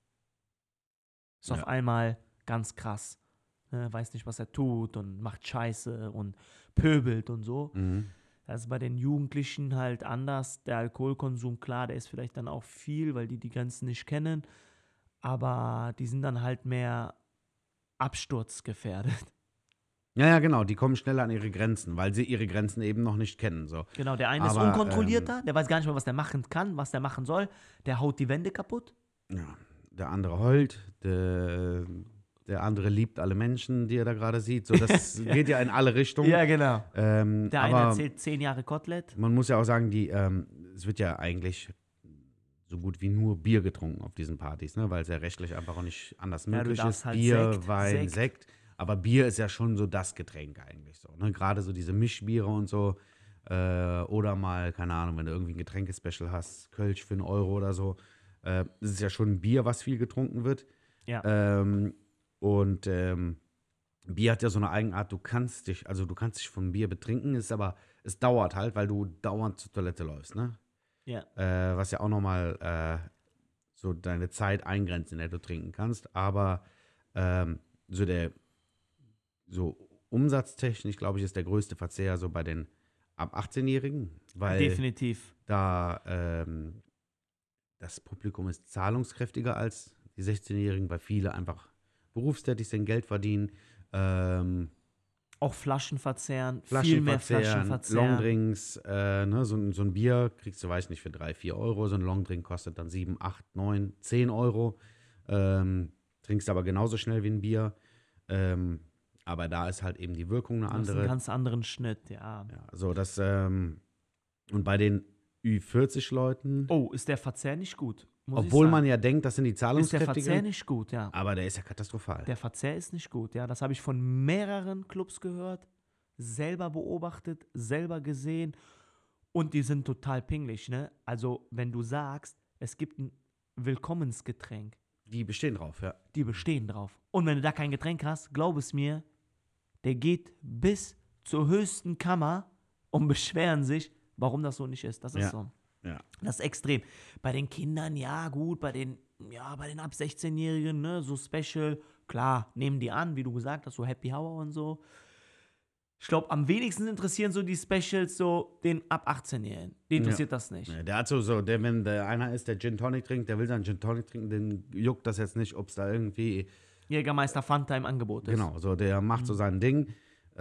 Ist auf Ja. einmal ganz krass. Ne, weiß nicht, was er tut und macht Scheiße und pöbelt und so. Mhm. Das ist bei den Jugendlichen halt anders. Der Alkoholkonsum, klar, der ist vielleicht dann auch viel, weil die Grenzen nicht kennen. Aber die sind dann halt mehr absturzgefährdet. Ja, genau, die kommen schneller an ihre Grenzen, weil sie ihre Grenzen eben noch nicht kennen. So. Genau, der eine ist Aber unkontrollierter, der weiß gar nicht mehr, was der machen kann, was der machen soll. Der haut die Wände kaputt. ja, der andere heult, der andere liebt alle Menschen, die er da gerade sieht. So, das geht ja in alle Richtungen. Ja, genau. Der eine Aber erzählt 10 Jahre Kotelett. man muss ja auch sagen, es wird ja eigentlich so gut wie nur Bier getrunken auf diesen Partys, ne? Weil es ja rechtlich einfach auch nicht anders Ja, du möglich darfst ist. halt Bier, Sekt, Wein, Sekt. Sekt. Aber Bier ist ja schon so das Getränk eigentlich so. Ne? Gerade so diese Mischbiere und so. Oder mal, keine Ahnung, wenn du irgendwie ein Getränkespecial hast, Kölsch für 1 € oder so. Das ist ja schon ein Bier, was viel getrunken wird. Ja. Und Bier hat ja so eine Eigenart, du kannst dich vom Bier betrinken, es dauert halt, weil du dauernd zur Toilette läufst, ne? Ja. Was ja auch nochmal so deine Zeit eingrenzt, in der du trinken kannst. Aber so umsatztechnisch, glaube ich, ist der größte Verzehr so bei den ab 18-Jährigen, weil Definitiv. da das Publikum ist zahlungskräftiger als die 16-Jährigen, weil viele einfach berufstätig sind, Geld verdienen, Auch Flaschen verzehren, viel Flaschen mehr Flaschen verzehren, verzehren. Longdrinks, ne, so ein Bier kriegst du, weiß nicht, für 3, 4 Euro. So ein Longdrink kostet dann 7, 8, 9, 10 Euro. Trinkst aber genauso schnell wie ein Bier. Aber da ist halt eben die Wirkung eine Das ist ein andere. ganz anderen Schnitt, ja. Ja, so das, und bei den Ü40-Leuten, Oh, ist der Verzehr nicht gut, muss ich obwohl sagen. man ja denkt, das sind die Ist der Verzehr Zahlungskräftigen, nicht gut, ja. aber der ist ja katastrophal. Der Verzehr ist nicht gut, ja. Das habe ich von mehreren Clubs gehört, selber beobachtet, selber gesehen und die sind total pingelig, ne? Also, wenn du sagst, es gibt ein Willkommensgetränk, Die bestehen drauf, ja. die bestehen drauf. Und wenn du da kein Getränk hast, glaub es mir, der geht bis zur höchsten Kammer und beschweren sich, warum das so nicht ist. Das ist Ja. so. Ja. Das ist extrem. Bei den Kindern, ja, gut, bei den ab 16-Jährigen, ne, so special, klar, nehmen die an, wie du gesagt hast, so Happy Hour und so. Ich glaube, am wenigsten interessieren so die Specials so den ab 18-Jährigen. Die interessiert das nicht. Ja, der hat wenn der einer ist, der Gin Tonic trinkt, der will seinen Gin Tonic trinken, den juckt das jetzt nicht, ob es da irgendwie, Jägermeister Fanta im Angebot ist. genau, so der macht so sein Ding.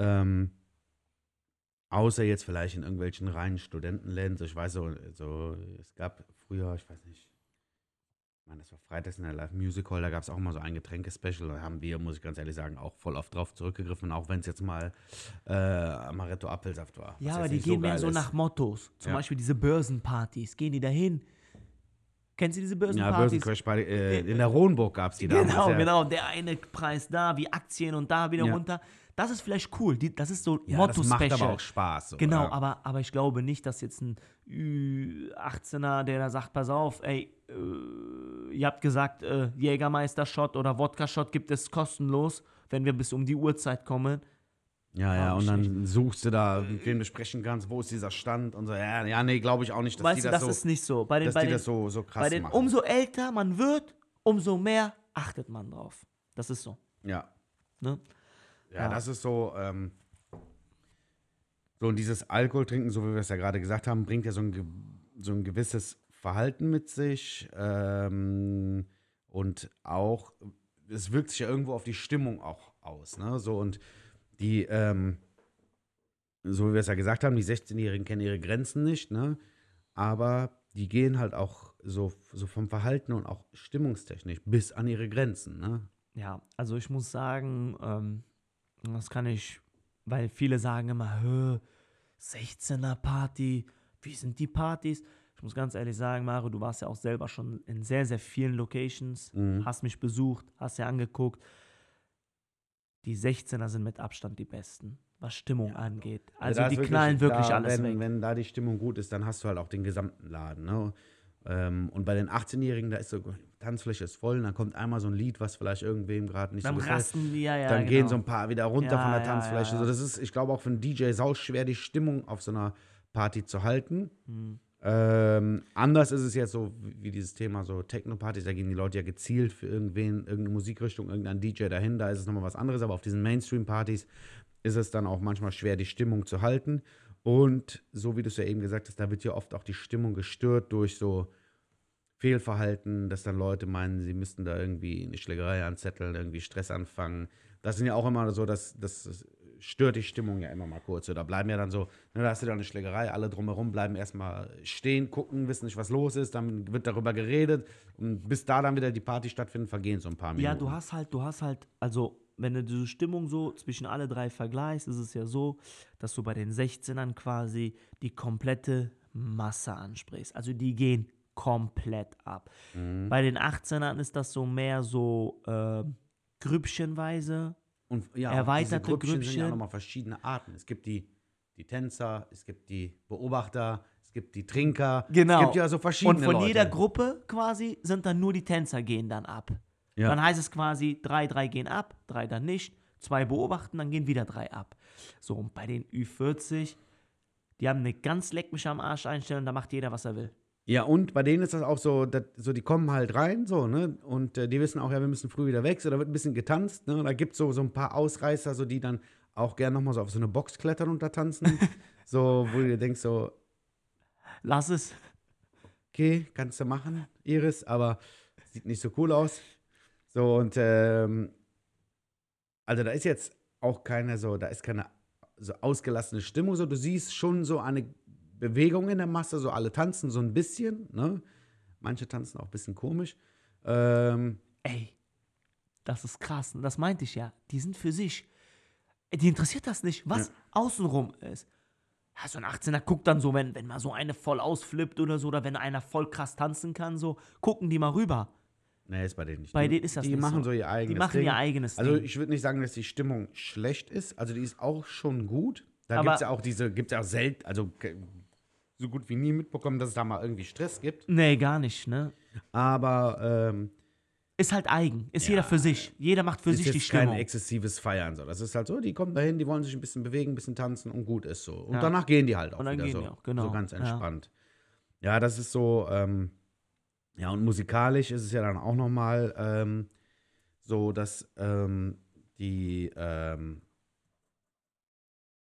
Außer jetzt vielleicht in irgendwelchen reinen Studentenläden. So, ich weiß es gab früher, ich weiß nicht, ich meine, das war Freitags in der Live Music Hall, da gab es auch mal so ein Getränke-Special. Da haben wir, muss ich ganz ehrlich sagen, auch voll oft drauf zurückgegriffen, auch wenn es jetzt mal Amaretto Apfelsaft war. Ja, was aber jetzt die nicht gehen so mehr geil so ist. nach Mottos. Zum Ja. Beispiel diese Börsenpartys. Gehen die dahin? Kennst du diese Ja, Börsenpartys? Börsencrash bei, in der Ronburg gab es die damals. Genau, ja. genau. Der eine Preis da, wie Aktien und da wieder Ja. runter. Das ist vielleicht cool. Das ist so Ja, das macht Motto-Special. aber auch Spaß. So, Genau, ja. aber ich glaube nicht, dass jetzt ein Ü18er, der da sagt, pass auf, ey, ihr habt gesagt, Jägermeister-Shot oder Wodka-Shot gibt es kostenlos, wenn wir bis um die Uhrzeit kommen. Ja, Glaub und ich dann suchst du da, mit wem du sprechen kannst, wo ist dieser Stand und so. Ja, nee, glaube ich auch nicht, dass Weißt die du, das das so, ist nicht so. Bei den, dass bei die den, das so krass bei den machen. umso älter man wird, umso mehr achtet man drauf. Das ist so. Ja. Ne? Ja, das ist so, so und dieses Alkohol trinken, so wie wir es ja gerade gesagt haben, bringt ja so ein gewisses Verhalten mit sich und auch, es wirkt sich ja irgendwo auf die Stimmung auch aus, ne, so und die, so wie wir es ja gesagt haben, die 16-Jährigen kennen ihre Grenzen nicht, ne, aber die gehen halt auch so vom Verhalten und auch stimmungstechnisch bis an ihre Grenzen, ne. Ja, also ich muss sagen, das kann ich, weil viele sagen immer, 16er Party, wie sind die Partys? Ich muss ganz ehrlich sagen, Mario, du warst ja auch selber schon in sehr, sehr vielen Locations, hast mich besucht, hast ja angeguckt. Die 16er sind mit Abstand die besten, was Stimmung angeht. Also da die ist knallen wirklich da, alles weg. wenn da die Stimmung gut ist, dann hast du halt auch den gesamten Laden. Ne? Und bei den 18-Jährigen, da ist so, Tanzfläche ist voll, und dann kommt einmal so ein Lied, was vielleicht irgendwem gerade nicht Dann so gefällt. rasten die, ja, Dann genau. gehen so ein paar wieder runter Ja, von der ja, Tanzfläche. ja. So, das ist, ich glaube, auch für einen DJ sau schwer, die Stimmung auf so einer Party zu halten. Anders ist es jetzt so, wie dieses Thema so Techno-Partys, da gehen die Leute ja gezielt für irgendeine Musikrichtung, irgendein DJ dahin, da ist es nochmal was anderes, aber auf diesen Mainstream-Partys ist es dann auch manchmal schwer, die Stimmung zu halten. Und so wie du es ja eben gesagt hast, da wird ja oft auch die Stimmung gestört durch so Fehlverhalten, dass dann Leute meinen, sie müssten da irgendwie eine Schlägerei anzetteln, irgendwie Stress anfangen. Das sind ja auch immer so, das stört die Stimmung ja immer mal kurz. Oder bleiben ja dann so, ne, da hast du dann eine Schlägerei, alle drumherum bleiben erstmal stehen, gucken, wissen nicht, was los ist, dann wird darüber geredet und bis da dann wieder die Party stattfindet, vergehen so ein paar Minuten. Ja, du hast halt, also wenn du diese Stimmung so zwischen alle drei vergleichst, ist es ja so, dass du bei den 16ern quasi die komplette Masse ansprichst. Also die gehen komplett ab. Bei den 18ern ist das so mehr so grüppchenweise. Und ja, erweiterte diese Grüppchen sind ja auch Grüppchen. nochmal verschiedene Arten. Es gibt die Tänzer, es gibt die Beobachter, es gibt die Trinker. Genau. Es gibt ja so verschiedene Und von Leute. jeder Gruppe quasi sind dann nur die Tänzer gehen dann ab. Ja. Dann heißt es quasi, 3 gehen ab, 3 dann nicht, 2 beobachten, dann gehen wieder 3 ab. So, und bei den Ü40, die haben eine ganz leck mich am Arsch Einstellung, da macht jeder, was er will. Ja, und bei denen ist das auch so, so die kommen halt rein, so, ne? Und die wissen auch, ja, wir müssen früh wieder weg, so, da wird ein bisschen getanzt, ne? Und da gibt es so ein paar Ausreißer, so, die dann auch gern nochmal so auf so eine Box klettern und da tanzen. So, wo du dir denkst, so, Lass es. okay, kannst du machen, Iris, aber sieht nicht so cool aus. So, und also da ist jetzt auch keine so ausgelassene Stimmung, so, du siehst schon so eine Bewegung in der Masse, so alle tanzen so ein bisschen, ne? Manche tanzen auch ein bisschen komisch. Ey, das ist krass. Und das meinte ich ja. Die sind für sich. Die interessiert das nicht, was außenrum ist. Ja, so ein 18er guckt dann so, wenn mal so eine voll ausflippt oder so, oder wenn einer voll krass tanzen kann, so, gucken die mal rüber. Nee, ist bei denen nicht. Bei denen ist das die nicht machen so. so ihr eigenes Die machen Ding. ihr eigenes Also Ding. ich würde nicht sagen, dass die Stimmung schlecht ist. Also die ist auch schon gut. Da Aber- gibt es ja auch selten, also so gut wie nie mitbekommen, dass es da mal irgendwie Stress gibt. Nee, gar nicht, ne? Aber Ist halt eigen. Ist jeder für sich. Jeder macht für ist sich jetzt die Stimmung. kein exzessives Feiern. So. Das ist halt so, die kommen dahin, die wollen sich ein bisschen bewegen, ein bisschen tanzen und gut ist so. Und Ja. danach gehen die halt auch Und dann wieder gehen so. die auch, genau. So ganz Ja. entspannt. Ja, das ist so, ja, und musikalisch ist es ja dann auch nochmal so, dass die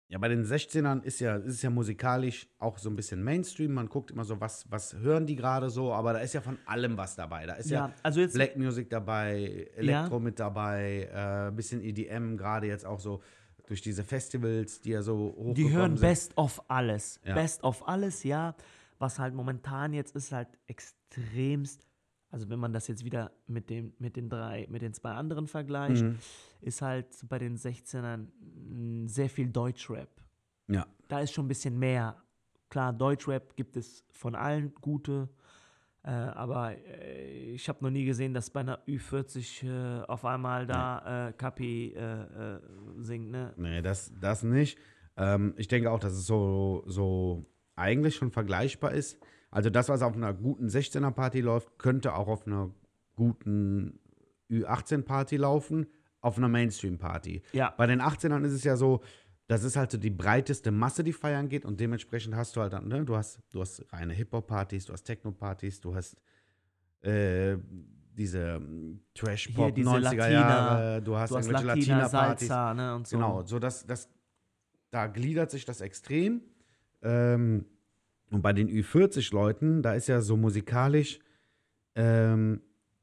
Ja, bei den 16ern ist es ja musikalisch auch so ein bisschen Mainstream. Man guckt immer so, was hören die gerade so, aber da ist ja von allem was dabei. Da ist ja Ja, also jetzt, Black Music dabei, ja, Elektro mit dabei, bisschen EDM, gerade jetzt auch so durch diese Festivals, die ja so die hochgekommen hören sind. Best of alles. Ja. Best of alles, ja. Was halt momentan jetzt ist halt extremst, also wenn man das jetzt wieder mit den zwei anderen vergleicht, Mhm. ist halt bei den 16ern sehr viel Deutschrap. Ja. Da ist schon ein bisschen mehr. Klar, Deutschrap gibt es von allen gute, aber ich habe noch nie gesehen, dass bei einer Ü40 auf einmal Nee. da Kapi singt, ne? Nee, das nicht. Ich denke auch, dass es so eigentlich schon vergleichbar ist. Also das, was auf einer guten 16er-Party läuft, könnte auch auf einer guten Ü18-Party laufen, auf einer Mainstream-Party. Ja, Bei den 18ern ist es ja so, das ist halt so die breiteste Masse, die feiern geht und dementsprechend hast du halt dann, ne, du hast reine Hip-Hop-Partys, du hast Techno-Partys, du hast äh, diese hier Trash-Pop diese 90er Latina, Jahre, du hast du hast irgendwelche Latina, Latina-Partys. Salsa, ne, und so. Genau, so da gliedert sich das extrem. Ähm, und bei den Ü40-Leuten, da ist ja so musikalisch, ähm,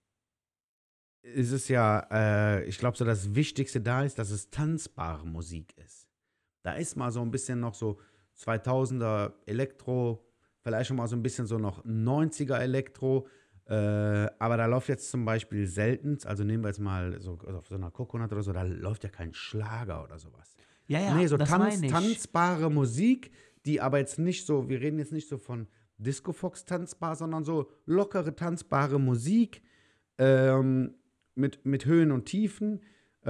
ist es ja, ich glaube, so das Wichtigste da ist, dass es tanzbare Musik ist. Da ist mal so ein bisschen noch so 2000er Elektro, vielleicht schon mal so ein bisschen so noch 90er Elektro. Aber da läuft jetzt zum Beispiel selten, also nehmen wir jetzt mal so also auf so einer Coconut oder so, da läuft ja kein Schlager oder sowas. Ja, Nee, ja, so das meine ich. tanzbare Musik, die aber jetzt nicht so, wir reden jetzt nicht so von Disco Fox tanzbar, sondern so lockere tanzbare Musik, ähm, mit Höhen und Tiefen,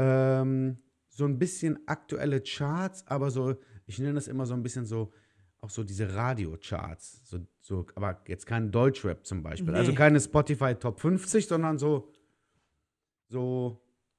so ein bisschen aktuelle Charts, aber so, ich nenne das immer so ein bisschen so, auch so diese Radiocharts, aber jetzt kein Deutschrap zum Beispiel, also Nee. keine Spotify Top 50, sondern so,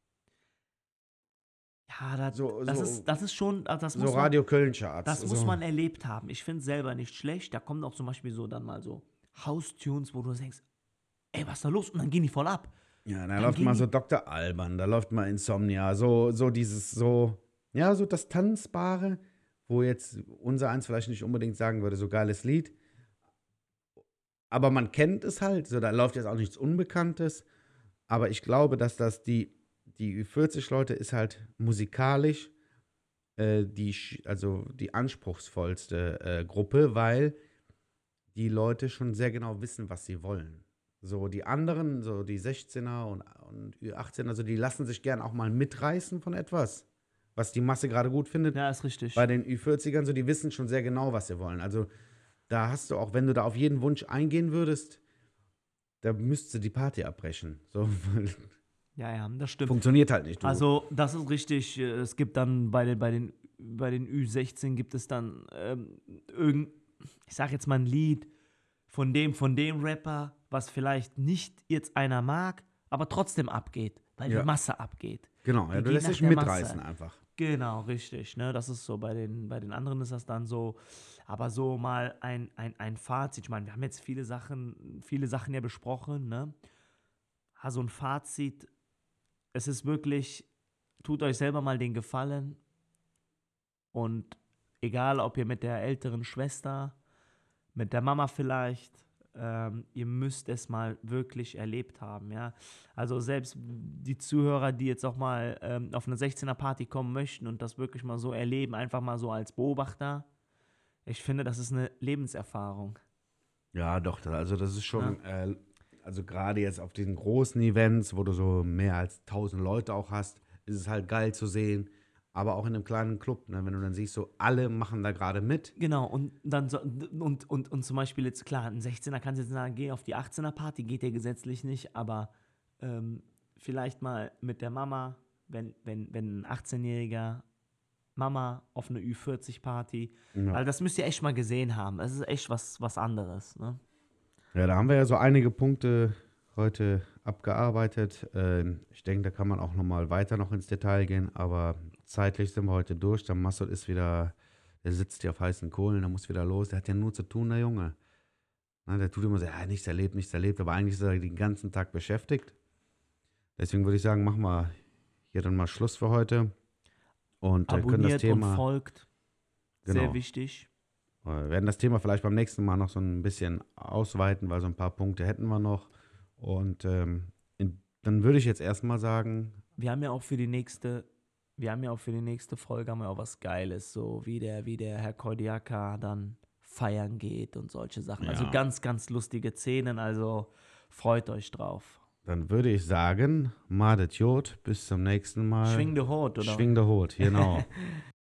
Ja, das, so, das so, ist, das ist schon, so Radio Köln-Charts, das muss so. man erlebt haben. Ich finde es selber nicht schlecht. Da kommen auch zum Beispiel so dann mal so House-Tunes, wo du denkst, ey, was ist da los? Und dann gehen die voll ab. Ja, da Dann läuft gehen mal so die, Dr. Alban, da läuft mal Insomnia, so dieses, ja, so das Tanzbare, wo jetzt unser eins vielleicht nicht unbedingt sagen würde, so geiles Lied, aber man kennt es halt, so da läuft jetzt auch nichts Unbekanntes, aber ich glaube, dass die Ü40-Leute ist halt musikalisch also die anspruchsvollste Gruppe, weil die Leute schon sehr genau wissen, was sie wollen. So die anderen, so die 16er und Ü18, also die lassen sich gern auch mal mitreißen von etwas, was die Masse gerade gut findet. ja, ist Bei richtig. den Ü40ern, so die wissen schon sehr genau, was sie wollen. Also da hast du auch, wenn du da auf jeden Wunsch eingehen würdest, da müsstest du die Party abbrechen. So, Ja, ja, das stimmt. funktioniert halt nicht, du. Also, das ist richtig. Es gibt dann bei den Ü16 gibt es dann ich sag jetzt mal ein Lied von dem Rapper, was vielleicht nicht jetzt einer mag, aber trotzdem abgeht, weil die Ja, Masse abgeht. genau. Ja, Die du gehen lässt nach dich der mitreißen Masse. einfach. Genau, richtig. Ne? Das ist so, bei den anderen ist das dann so. Aber so mal ein Fazit. Ich meine, wir haben jetzt viele Sachen ja besprochen. Ne? Also ein Fazit, es ist wirklich, tut euch selber mal den Gefallen und egal, ob ihr mit der älteren Schwester, mit der Mama vielleicht, ihr müsst es mal wirklich erlebt haben, ja. Also selbst die Zuhörer, die jetzt auch mal auf eine 16er Party kommen möchten und das wirklich mal so erleben, einfach mal so als Beobachter, ich finde, das ist eine Lebenserfahrung, Ja, doch, also das ist ne? schon, also gerade jetzt auf diesen großen Events, wo du so mehr als 1000 Leute auch hast, ist es halt geil zu sehen. Aber auch in einem kleinen Club, ne, wenn du dann siehst, so alle machen da gerade mit. Genau, und dann so, und zum Beispiel jetzt, klar, ein 16er kann jetzt sagen, geh auf die 18er Party, geht ja gesetzlich nicht, aber vielleicht mal mit der Mama, wenn ein 18-jähriger Mama auf eine Ü40 Party, Ja. also das müsst ihr echt mal gesehen haben, das ist echt was anderes, ne? Ja, da haben wir ja so einige Punkte heute abgearbeitet. Ich denke, da kann man auch nochmal weiter noch ins Detail gehen, aber zeitlich sind wir heute durch. Der Massoud ist wieder, der sitzt hier auf heißen Kohlen, der muss wieder los. Der hat ja nur zu tun, der Junge. Ne, der tut immer so, ja, nichts erlebt, aber eigentlich ist er den ganzen Tag beschäftigt. Deswegen würde ich sagen, machen wir hier dann mal Schluss für heute und können das Abonniert und Thema, folgt. Sehr Genau. wichtig. Wir werden das Thema vielleicht beim nächsten Mal noch so ein bisschen ausweiten, weil so ein paar Punkte hätten wir noch. Und dann würde ich jetzt erstmal sagen, Wir haben ja auch für die nächste, Folge haben wir auch was Geiles, so wie der Herr Kodiaka dann feiern geht und solche Sachen. Also ja, ganz, ganz lustige Szenen, also freut euch drauf. dann würde ich sagen, Madet Jod, bis zum nächsten Mal. Schwing de Hut, oder? Schwing der Hut, genau.